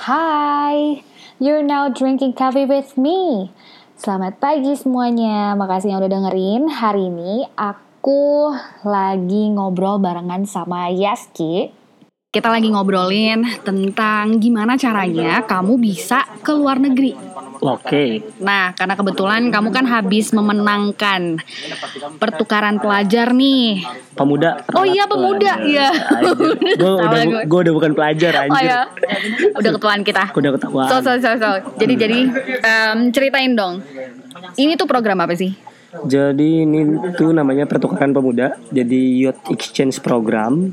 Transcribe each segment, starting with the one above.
Hi, you're now drinking coffee with me. Selamat pagi semuanya, makasih yang udah dengerin. Hari ini aku lagi ngobrol barengan sama Yaski. Kita lagi ngobrolin tentang gimana caranya kamu bisa ke luar negeri. Oke. Nah, karena kebetulan kamu kan habis memenangkan pertukaran pelajar nih. Pemuda. Oh iya, pemuda. Iya. Gue udah bukan pelajar anjir. Oh ya. Udah ketuaan kita. Udah ketahuan. So. Jadi ceritain dong. Ini tuh program apa sih? Jadi ini tuh namanya pertukaran pemuda. Jadi Youth Exchange Program.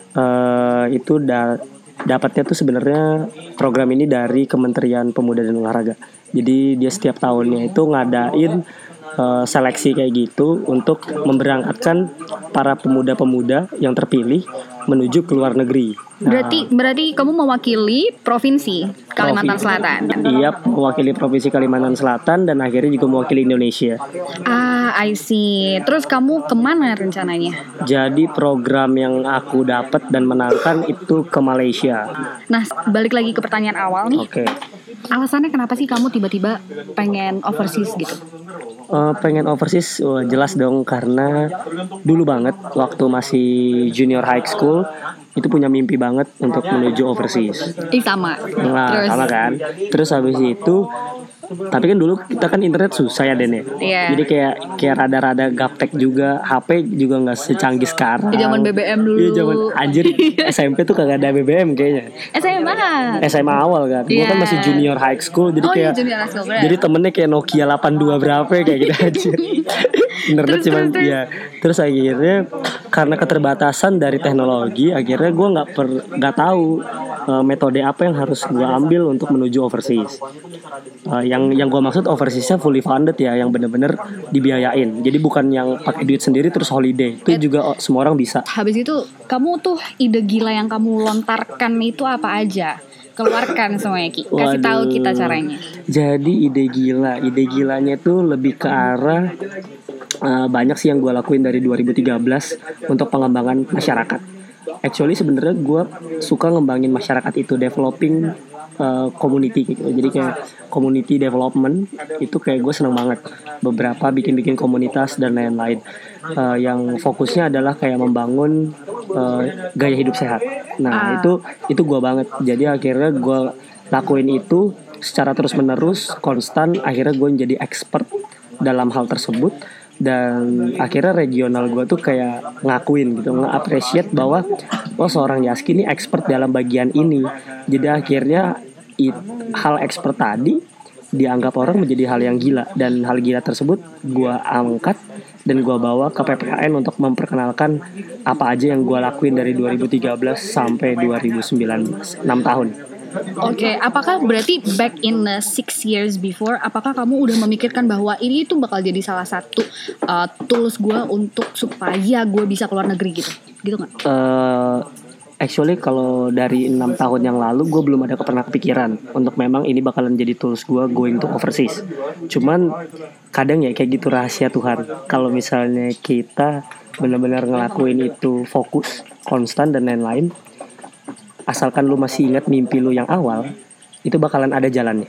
Itu dapatnya tuh sebenarnya program ini dari Kementerian Pemuda dan Olahraga. Jadi dia setiap tahunnya itu ngadain seleksi kayak gitu untuk memberangkatkan para pemuda-pemuda yang terpilih menuju ke luar negeri. Berarti kamu mewakili provinsi Kalimantan Selatan. Iya, mewakili provinsi Kalimantan Selatan dan akhirnya juga mewakili Indonesia. I see. Terus kamu kemana rencananya? Jadi program yang aku dapat dan menangkan itu ke Malaysia. Nah, balik lagi ke pertanyaan awal nih. Oke. Alasannya kenapa sih kamu tiba-tiba pengen overseas gitu? Pengen overseas, jelas dong, karena dulu banget waktu masih junior high school itu punya mimpi banget untuk menuju overseas. Sama. Nah, sama kan. Terus habis itu, tapi kan dulu kita kan internet susah ya Den ya. Yeah. Jadi kayak rada-rada gaptek juga, HP juga nggak secanggih sekarang. Zaman BBM dulu. Iya, zaman anjir. SMP tuh kagak ada BBM kayaknya. SMA awal kan. Gue kan masih junior high school, jadi kayak junior high school, jadi temennya kayak Nokia 82 berapa kayak gitu aja. Internet cuman ya. Terus akhirnya karena keterbatasan dari teknologi, akhirnya gue nggak tahu metode apa yang harus gue ambil untuk menuju overseas. Yang gue maksud overseasnya fully funded ya, yang bener-bener dibiayain. Jadi bukan yang pakai duit sendiri terus holiday. Itu juga semua orang bisa. Habis itu kamu tuh ide gila yang kamu lontarkan itu apa aja? Keluarkan semuanya Ki. Kasih tahu kita caranya. Jadi ide gilanya tuh lebih ke arah banyak sih yang gue lakuin dari 2013 untuk pengembangan masyarakat. Actually sebenarnya gue suka ngembangin masyarakat itu, developing community gitu. Jadi kayak community development itu kayak gue seneng banget. Beberapa bikin komunitas dan lain-lain. Yang fokusnya adalah kayak membangun gaya hidup sehat. Nah itu gue banget. Jadi akhirnya gue lakuin itu secara terus-menerus, konstan. Akhirnya gue menjadi expert dalam hal tersebut. Dan akhirnya regional gue tuh kayak ngakuin gitu, nge-appreciate bahwa seorang Yaski ini expert dalam bagian ini. Jadi akhirnya hal expert tadi dianggap orang menjadi hal yang gila. Dan hal gila tersebut gue angkat dan gue bawa ke PPKN untuk memperkenalkan apa aja yang gue lakuin dari 2013 sampai 2019, 6 tahun. Oke, apakah berarti back in 6 years before, apakah kamu udah memikirkan bahwa ini tuh bakal jadi salah satu tools gue untuk supaya gue bisa keluar negeri gitu nggak? Actually kalau dari 6 tahun yang lalu gue belum ada pernah kepikiran untuk memang ini bakalan jadi tools gue going to overseas. Cuman kadang ya kayak gitu rahasia Tuhan. Kalau misalnya kita benar-benar ngelakuin itu fokus, konstan dan lain-lain, asalkan lu masih ingat mimpi lu yang awal, itu bakalan ada jalannya.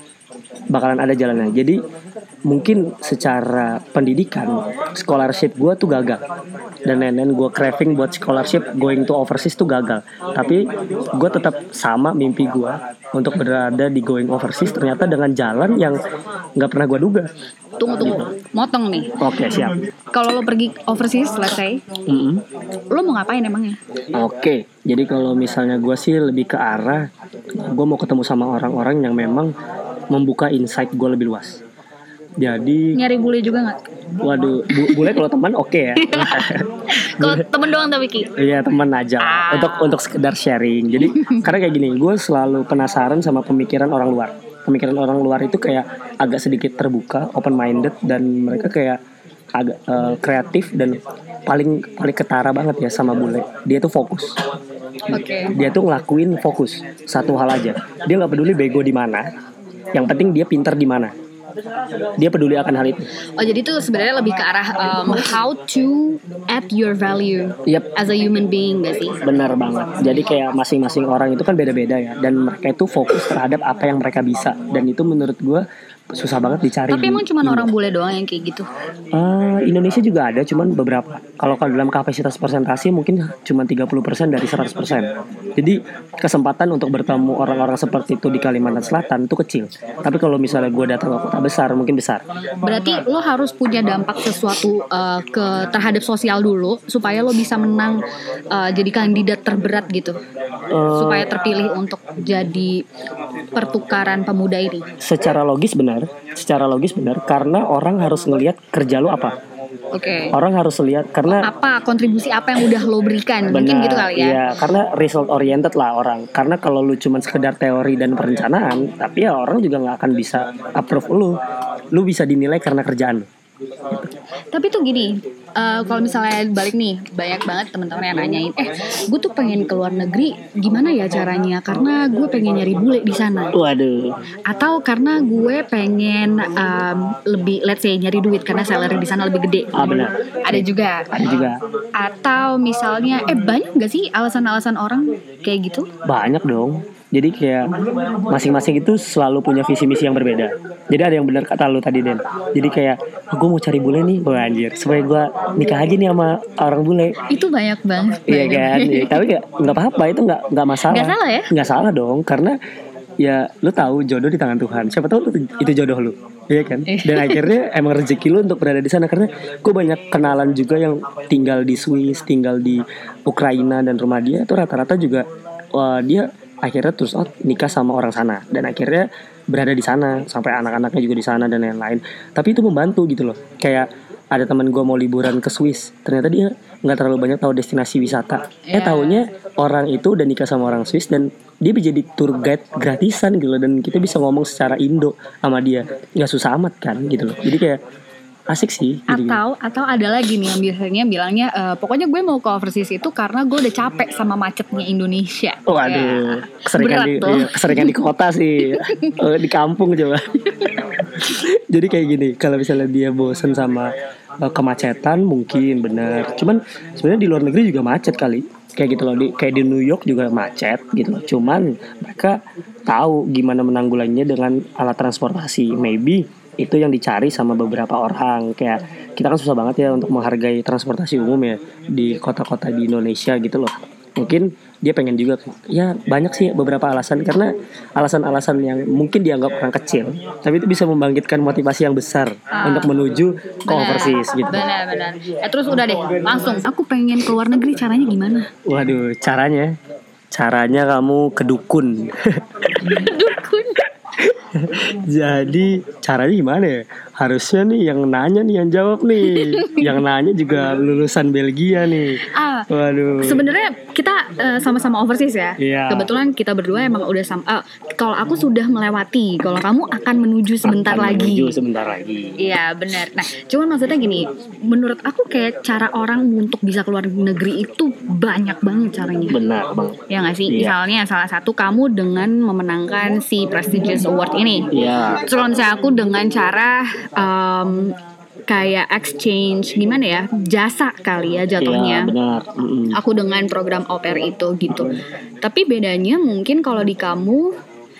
Jadi mungkin secara pendidikan, scholarship gue tuh gagal. Dan lain-lain gue craving buat scholarship going to overseas tuh gagal. Tapi gue tetap sama mimpi gue untuk berada di going overseas, ternyata dengan jalan yang gak pernah gue duga. Tunggu, motong nih. Oke, siap. Kalau lo pergi overseas, let's say, lo mau ngapain emangnya? Oke, jadi kalau misalnya gue sih lebih ke arah gue mau ketemu sama orang-orang yang memang membuka insight gue lebih luas. Jadi nyari bule juga nggak? Waduh, bule kalau teman oke ya. Kalau temen doang tapi Ki? Iya, teman aja. Untuk sekedar sharing. Jadi karena kayak gini, gue selalu penasaran sama pemikiran orang luar. Pemikiran orang luar itu kayak agak sedikit terbuka, open minded, dan mereka kayak agak kreatif dan paling ketara banget ya sama bule. Dia tuh fokus. Dia tuh ngelakuin fokus satu hal aja. Dia nggak peduli bego di mana. Yang penting dia pintar di mana. Dia peduli akan hal itu. Oh jadi itu sebenarnya lebih ke arah how to add your value Yep. as a human being gak sih? Benar banget. Jadi kayak masing-masing orang itu kan beda-beda ya, dan mereka itu fokus terhadap apa yang mereka bisa, dan itu menurut gue susah banget dicari. Tapi emang cuma Indo. orang bule doang yang kayak gitu? Indonesia juga ada, cuman beberapa. Kalau dalam kapasitas presentasi mungkin cuma 30% dari 100%. Jadi kesempatan untuk bertemu orang-orang seperti itu di Kalimantan Selatan itu kecil. Tapi kalau misalnya gue datang ke kota besar, mungkin besar. Berarti lo harus punya dampak sesuatu terhadap sosial dulu supaya lo bisa menang jadi kandidat terberat gitu, supaya terpilih untuk jadi pertukaran pemuda ini. Secara logis benar, karena orang harus ngelihat kerja lo apa. Oke. Orang harus lihat karena apa kontribusi apa yang udah lo berikan, mungkin gitu kali ya. Iya, karena result oriented lah orang. Karena kalau lu cuma sekedar teori dan perencanaan, tapi ya orang juga nggak akan bisa approve lu. Lu bisa dinilai karena kerjaan. Tapi tuh gini, kalau misalnya balik nih, banyak banget teman-teman yang nanyain, gue tuh pengen ke luar negeri, gimana ya caranya? Karena gue pengen nyari bule di sana. Waduh. Atau karena gue pengen lebih, let's say nyari duit karena salary di sana lebih gede. Benar. Ada juga. Atau misalnya, banyak gak sih alasan-alasan orang kayak gitu? Banyak dong. Jadi kayak masing-masing itu selalu punya visi misi yang berbeda. Jadi ada yang benar kata lu tadi, Den. Jadi kayak gue mau cari bule nih, wah anjir, supaya gue nikah aja nih sama orang bule. Itu banyak banget. Iya kan. Tapi kayak nggak apa-apa, itu nggak masalah. Nggak salah ya? Nggak salah dong, karena ya lu tahu jodoh di tangan Tuhan. Siapa tahu itu jodoh lu, iya kan? Dan akhirnya emang rezeki lu untuk berada di sana. Karena gue banyak kenalan juga yang tinggal di Swiss, tinggal di Ukraina, dan rumah dia itu rata-rata juga dia akhirnya terus nikah sama orang sana, dan akhirnya berada di sana sampai anak-anaknya juga di sana dan lain-lain. Tapi itu membantu gitu loh. Kayak ada teman gue mau liburan ke Swiss, ternyata dia nggak terlalu banyak tahu destinasi wisata. Taunya orang itu udah nikah sama orang Swiss dan dia bisa jadi tour guide gratisan gitu loh, dan kita bisa ngomong secara Indo sama dia, nggak susah amat kan gitu loh. Jadi kayak asik sih. Atau ada lagi nih yang biasanya bilangnya pokoknya gue mau ke overseas itu karena gue udah capek sama macetnya Indonesia. Waduh, keseringan di kota sih. Di kampung coba. Jadi kayak gini, kalau misalnya dia bosan sama kemacetan mungkin benar. Cuman sebenarnya di luar negeri juga macet kali. Kayak gitu loh, kayak di New York juga macet gitu loh. Cuman mereka tahu gimana menanggulanginya dengan alat transportasi. Maybe itu yang dicari sama beberapa orang. Kayak kita kan susah banget ya untuk menghargai transportasi umum ya di kota-kota di Indonesia gitu loh. Mungkin dia pengen juga, ya banyak sih beberapa alasan, karena alasan-alasan yang mungkin dianggap orang kecil, tapi itu bisa membangkitkan motivasi yang besar untuk menuju ke overseas gitu. Benar. Terus udah deh, langsung aku pengen ke luar negeri, caranya gimana? Waduh, caranya kamu ke dukun. Dukun. Jadi caranya gimana ya? Harusnya nih yang nanya nih yang jawab nih. Yang nanya juga lulusan Belgia nih. Waduh. Sebenarnya kita sama-sama overseas ya. Iya. Kebetulan kita berdua emang udah sama. Kalau aku sudah melewati, kalau kamu akan menuju sebentar lagi. Iya benar. Nah, cuman maksudnya gini, menurut aku kayak cara orang untuk bisa keluar negeri itu banyak banget caranya. Benar banget. Ya nggak sih? Iya. Misalnya salah satu kamu dengan memenangkan si prestigious award ini. Iya. Terus kalau misalnya aku dengan cara kayak exchange gimana ya, jasa kali ya jatuhnya. Iya, benar. Aku dengan program au pair itu gitu. Tapi bedanya mungkin kalau di kamu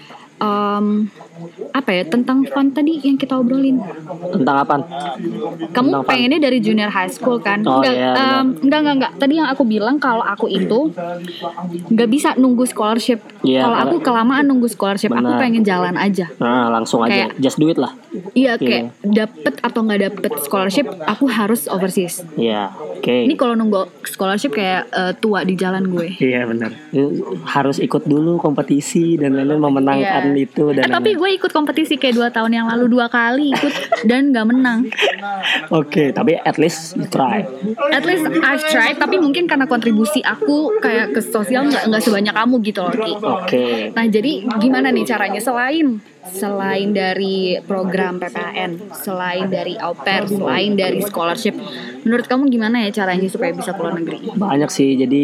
apa ya, tentang fun tadi yang kita obrolin. Tentang apa? Kamu pengennya dari junior high school kan? Enggak. Tadi yang aku bilang kalau aku itu nggak bisa nunggu scholarship. Kalau aku kelamaan nunggu scholarship, aku pengen jalan aja. Nah, langsung aja, just do it lah. Iya, kayak dapet atau nggak dapet scholarship, aku harus overseas. Iya, oke. Ini kalau nunggu scholarship kayak tua di jalan gue. Iya benar. Harus ikut dulu kompetisi dan lain-lain, memenangkan itu dan tapi gue ikut kompetisi kayak 2 tahun yang lalu 2 kali ikut dan gak menang. Oke, tapi at least you try. At least I've tried, tapi mungkin karena kontribusi aku kayak ke sosial nggak sebanyak kamu gitu loh, Ki. Oke. Nah jadi gimana nih caranya selain dari program PPHN, selain dari au pair, selain dari scholarship, menurut kamu gimana ya caranya supaya bisa keluar negeri? Banyak sih. Jadi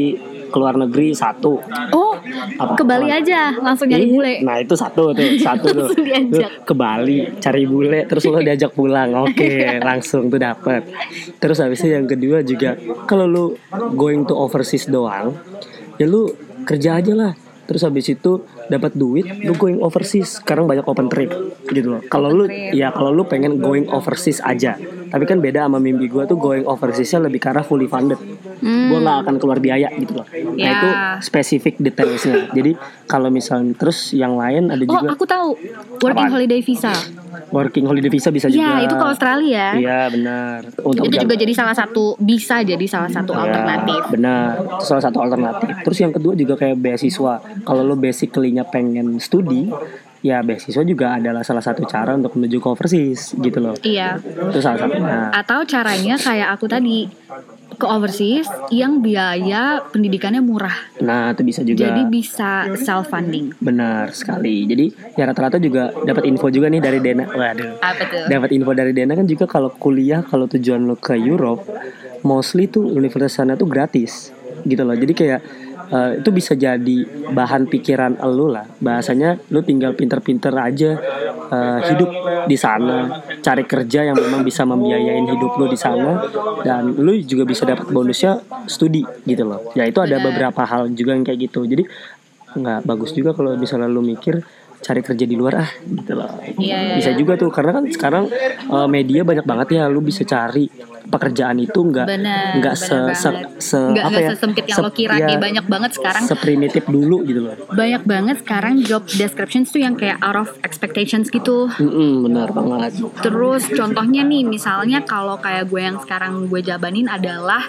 ke luar negeri satu. Oh, ke Bali aja langsung nyari bule. Nah itu satu tuh. Lu ke Bali cari bule, terus lu diajak pulang. Oke, langsung tuh dapet. Terus habis itu yang kedua juga, kalau lu going to overseas doang, ya lu kerja aja lah. Terus habis itu dapat duit, lu going overseas. Sekarang banyak open trip gitu loh. Kalau lu pengen going overseas aja. Tapi kan beda sama mimpi gue tuh, going overseasnya lebih karena fully funded. Gue nggak akan keluar biaya gitu loh. Nah itu spesifik detailsnya. Jadi kalau misalnya terus yang lain ada juga. Oh aku tahu, working holiday visa. Working holiday visa bisa juga. Iya itu ke Australia. Iya benar. Itu juga jadi salah satu alternatif. Benar, itu salah satu alternatif. Terus yang kedua juga kayak beasiswa. Kalau lo basically-nya pengen studi, ya beasiswa juga adalah salah satu cara untuk menuju ke overseas gitu loh. Iya. Itu salah satunya. Atau caranya kayak aku tadi, ke overseas yang biaya pendidikannya murah. Nah itu bisa juga. Jadi bisa self funding. Benar sekali. Jadi ya rata-rata juga dapat info juga nih dari Dena. Waduh. Apa tuh? Dapat info dari Dena kan juga kalau kuliah, kalau tujuan lo ke Europe, mostly tuh universitas sana tuh gratis gitu loh. Jadi kayak itu bisa jadi bahan pikiran lo lah. Bahasanya lo tinggal pinter-pinter aja hidup di sana, cari kerja yang memang bisa membiayain hidup lo di sana, dan lo juga bisa dapat bonusnya studi gitu loh. Ya itu ada beberapa hal juga yang kayak gitu. Jadi nggak bagus juga kalau misalnya lo mikir cari kerja di luar gitu loh. Bisa juga tuh, karena kan sekarang media banyak banget ya, lu bisa cari pekerjaan itu nggak sesempit yang lo kira nih. Banyak banget sekarang, seprimitif dulu gitu loh. Banyak banget sekarang job descriptions tuh yang kayak out of expectations gitu. Benar banget. Terus contohnya nih, misalnya kalau kayak gue yang sekarang gue jabanin adalah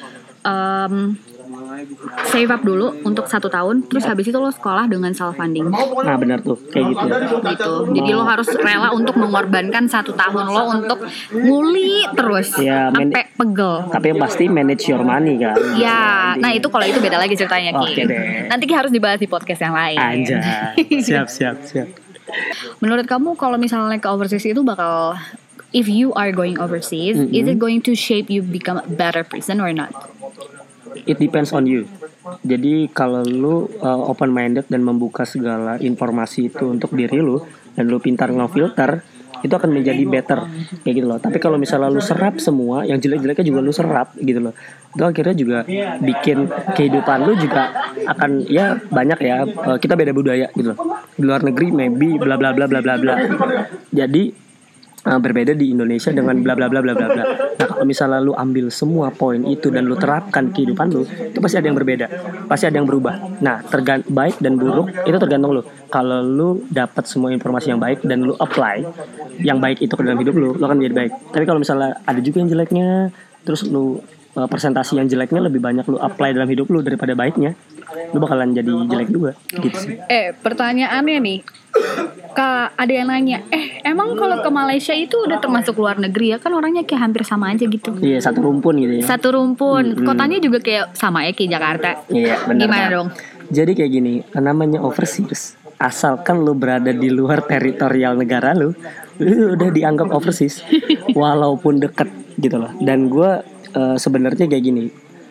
save up dulu untuk 1 tahun, terus habis itu lo sekolah dengan self funding. Nah benar tuh, kayak gitu. Jadi lo harus rela untuk mengorbankan 1 tahun lo untuk nguli terus sampai pegel. Tapi yang pasti manage your money kan. Ya, nah itu kalau itu beda lagi ceritanya Ki. Oke deh. Nanti harus dibahas di podcast yang lain. Aja. Siap. Menurut kamu kalau misalnya ke overseas itu bakal, if you are going overseas, is it going to shape you become a better person or not? It depends on you. Jadi kalau lu open minded dan membuka segala informasi itu untuk diri lu, dan lu pintar ngefilter, itu akan menjadi better kayak gitu loh. Tapi kalau misalnya lu serap semua, yang jelek-jeleknya juga lu serap gitu loh, itu akhirnya juga bikin kehidupan lu juga akan ya banyak ya, kita beda budaya gitu loh. Di luar negeri maybe bla bla bla bla bla bla. Jadi berbeda di Indonesia dengan bla bla bla bla bla bla. Nah kalau misalnya lu ambil semua poin itu dan lu terapkan kehidupan lu, itu pasti ada yang berbeda, pasti ada yang berubah. Nah baik dan buruk itu tergantung lu. Kalau lu dapat semua informasi yang baik dan lu apply yang baik itu ke dalam hidup lu akan menjadi baik. Tapi kalau misalnya ada juga yang jeleknya, terus lu presentasi yang jeleknya lebih banyak lu apply dalam hidup lu daripada baiknya, lu bakalan jadi jelek juga gitu sih. Pertanyaannya nih, Kak, ada yang nanya, emang kalau ke Malaysia itu udah termasuk luar negeri ya? Kan orangnya kayak hampir sama aja gitu. Iya, satu rumpun gitu ya. Satu rumpun, kotanya juga kayak sama ya kayak Jakarta. Iya, benar. Gimana dong? Jadi kayak gini, namanya overseas. Asalkan lu berada di luar teritorial negara lu udah dianggap overseas, walaupun deket gitu loh. Dan gue sebenarnya kayak gini,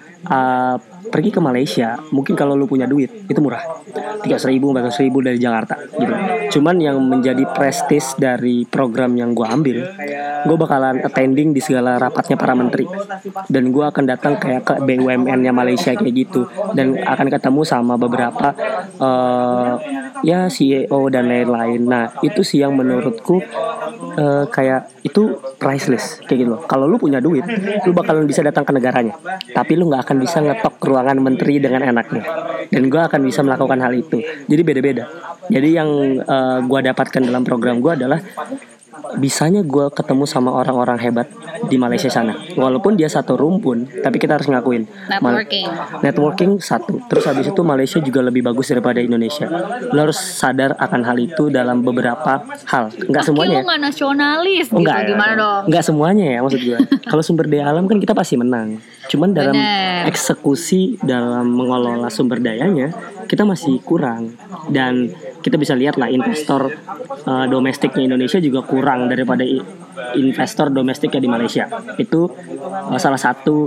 pergi ke Malaysia mungkin kalau lu punya duit itu murah, 300.000 400.000 dari Jakarta gitu. Cuman yang menjadi prestis dari program yang gue ambil, gue bakalan attending di segala rapatnya para menteri, dan gue akan datang kayak ke BUMN-nya Malaysia kayak gitu, dan akan ketemu sama beberapa ya CEO dan lain-lain. Nah itu sih yang menurutku kayak itu priceless kayak gitu loh. Kalau lu punya duit, lu bakalan bisa datang ke negaranya, tapi lu nggak akan bisa ngetok ruangan menteri dengan enaknya. Dan gue akan bisa melakukan hal itu. Jadi beda-beda. Jadi yang gue dapatkan dalam program gue adalah bisanya gue ketemu sama orang-orang hebat di Malaysia sana. Walaupun dia satu rumpun, tapi kita harus ngakuin networking satu. Terus habis itu Malaysia juga lebih bagus daripada Indonesia. Lo harus sadar akan hal itu dalam beberapa hal. Enggak semuanya. Lo nggak nasionalis gitu, gimana dong? Enggak semuanya ya maksud gue. Kalau sumber daya alam kan kita pasti menang. Cuman dalam eksekusi, dalam mengelola sumber dayanya kita masih kurang. Dan kita bisa lihat lah investor domestiknya Indonesia juga kurang daripada investor domestiknya di Malaysia. Itu salah satu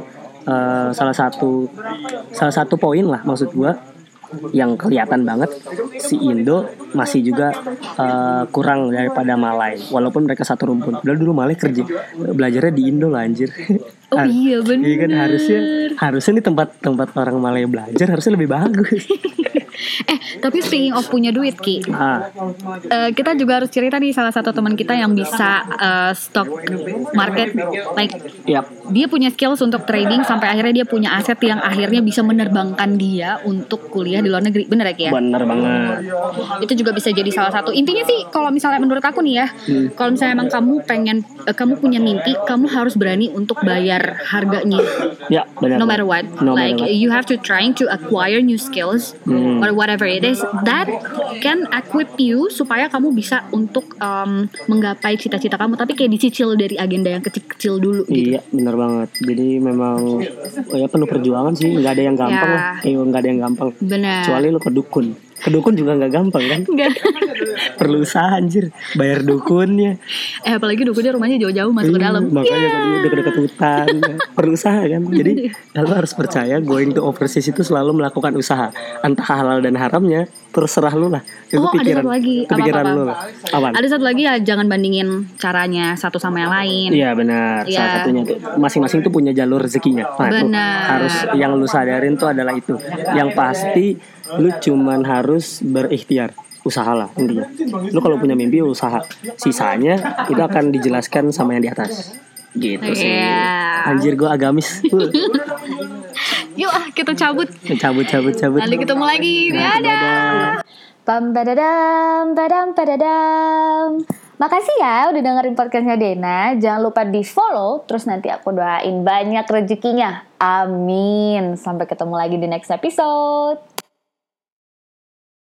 salah satu poin lah maksud gue yang kelihatan banget si Indo masih juga kurang daripada Malai walaupun mereka satu rumpun. Padahal dulu Malai belajarnya di Indo lah anjir. Oh iya bener. Iya kan harusnya nih tempat orang Malai belajar harusnya lebih bagus. Tapi speaking of punya duit Ki, kita juga harus cerita nih salah satu teman kita yang bisa stock market, like dia punya skills untuk trading sampai akhirnya dia punya aset yang akhirnya bisa menerbangkan dia untuk kuliah di luar negeri, bener ya Ki ya? Bener banget. Itu juga bisa jadi salah satu. Intinya sih kalau misalnya menurut aku nih ya, kalau misalnya emang kamu pengen, kamu punya mimpi, kamu harus berani untuk bayar harganya. Ya benar. No matter what, you have to trying to acquire new skills or whatever it is that can equip you supaya kamu bisa untuk menggapai cita-cita kamu, tapi kayak dicicil dari agenda yang kecil-kecil dulu. Iya gitu. Benar banget. Jadi memang ya penuh perjuangan sih, nggak ada yang gampang lah. Nggak ada yang gampang. Benar. Kecuali lu ke dukun. Ke dukun juga nggak gampang kan? Perlu usaha anjir, bayar dukunnya. Apalagi dukunnya rumahnya jauh-jauh masuk ke dalam. Makanya kan dekat-dekat hutan. Perlu usaha kan. Jadi lu harus percaya going to overseas itu selalu melakukan usaha. Entah halal dan haramnya terserah lu lah. Itu ada satu lagi. Pikiran lu lah. Ada satu lagi ya, jangan bandingin caranya satu sama yang lain. Iya benar. Ya. Salah satunya tuh masing-masing tuh punya jalur rezekinya. Benar. Harus yang lu sadarin tuh adalah itu. Yang pasti lu cuman harus berikhtiar, usahalah intinya. Lu kalau punya mimpi usaha, sisanya itu akan dijelaskan sama yang di atas. Gitu sih. Anjir gue agamis. Yuk kita cabut. Cabut. Nanti ketemu lagi. Dadah. Pam padadam, padam padadam. Makasih ya udah dengerin podcastnya Dena. Jangan lupa di follow. Terus nanti aku doain banyak rezekinya. Amin. Sampai ketemu lagi di next episode.